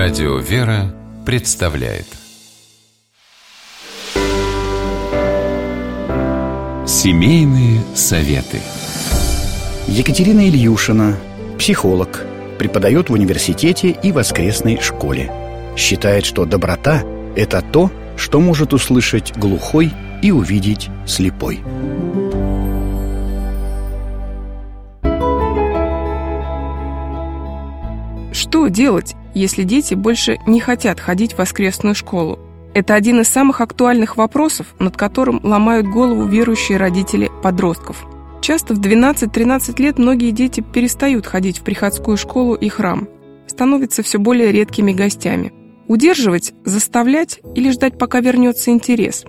Радио «Вера» представляет Семейные советы. Екатерина Ильюшина, психолог, преподает в университете и воскресной школе. Считает, что доброта – это то, что может услышать глухой и увидеть слепой. Что делать, если дети больше не хотят ходить в воскресную школу? Это один из самых актуальных вопросов, над которым ломают голову верующие родители подростков. Часто в 12-13 лет многие дети перестают ходить в приходскую школу и храм, становятся все более редкими гостями. Удерживать, заставлять или ждать, пока вернется интерес?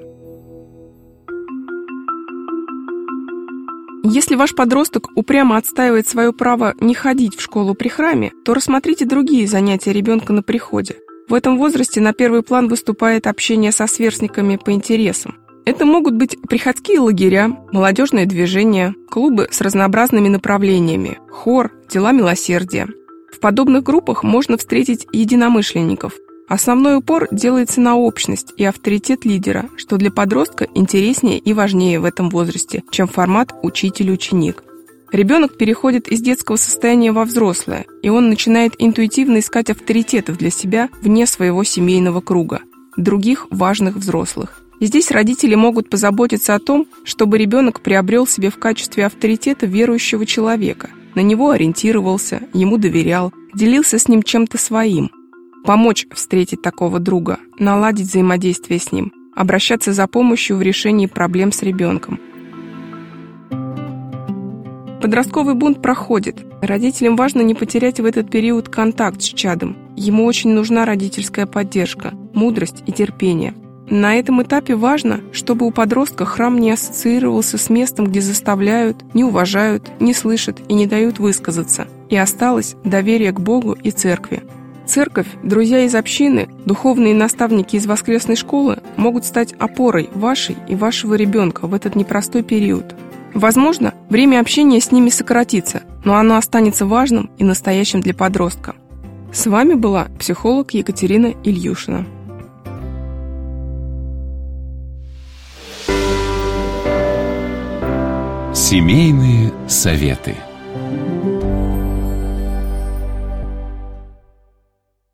Если ваш подросток упрямо отстаивает свое право не ходить в школу при храме, то рассмотрите другие занятия ребенка на приходе. В этом возрасте на первый план выступает общение со сверстниками по интересам. Это могут быть приходские лагеря, молодежные движения, клубы с разнообразными направлениями, хор, дела милосердия. В подобных группах можно встретить единомышленников. Основной упор делается на общность и авторитет лидера, что для подростка интереснее и важнее в этом возрасте, чем формат учитель-ученик. Ребенок переходит из детского состояния во взрослое, и он начинает интуитивно искать авторитетов для себя вне своего семейного круга, других важных взрослых. И здесь родители могут позаботиться о том, чтобы ребенок приобрел себе в качестве авторитета верующего человека, на него ориентировался, ему доверял, делился с ним чем-то своим. Помочь встретить такого друга, наладить взаимодействие с ним, обращаться за помощью в решении проблем с ребенком. Подростковый бунт проходит. Родителям важно не потерять в этот период контакт с чадом. Ему очень нужна родительская поддержка, мудрость и терпение. На этом этапе важно, чтобы у подростка храм не ассоциировался с местом, где заставляют, не уважают, не слышат и не дают высказаться, и осталось доверие к Богу и церкви. Церковь, друзья из общины, духовные наставники из воскресной школы могут стать опорой вашей и вашего ребенка в этот непростой период. Возможно, время общения с ними сократится, но оно останется важным и настоящим для подростка. С вами была психолог Екатерина Ильюшина. Семейные советы.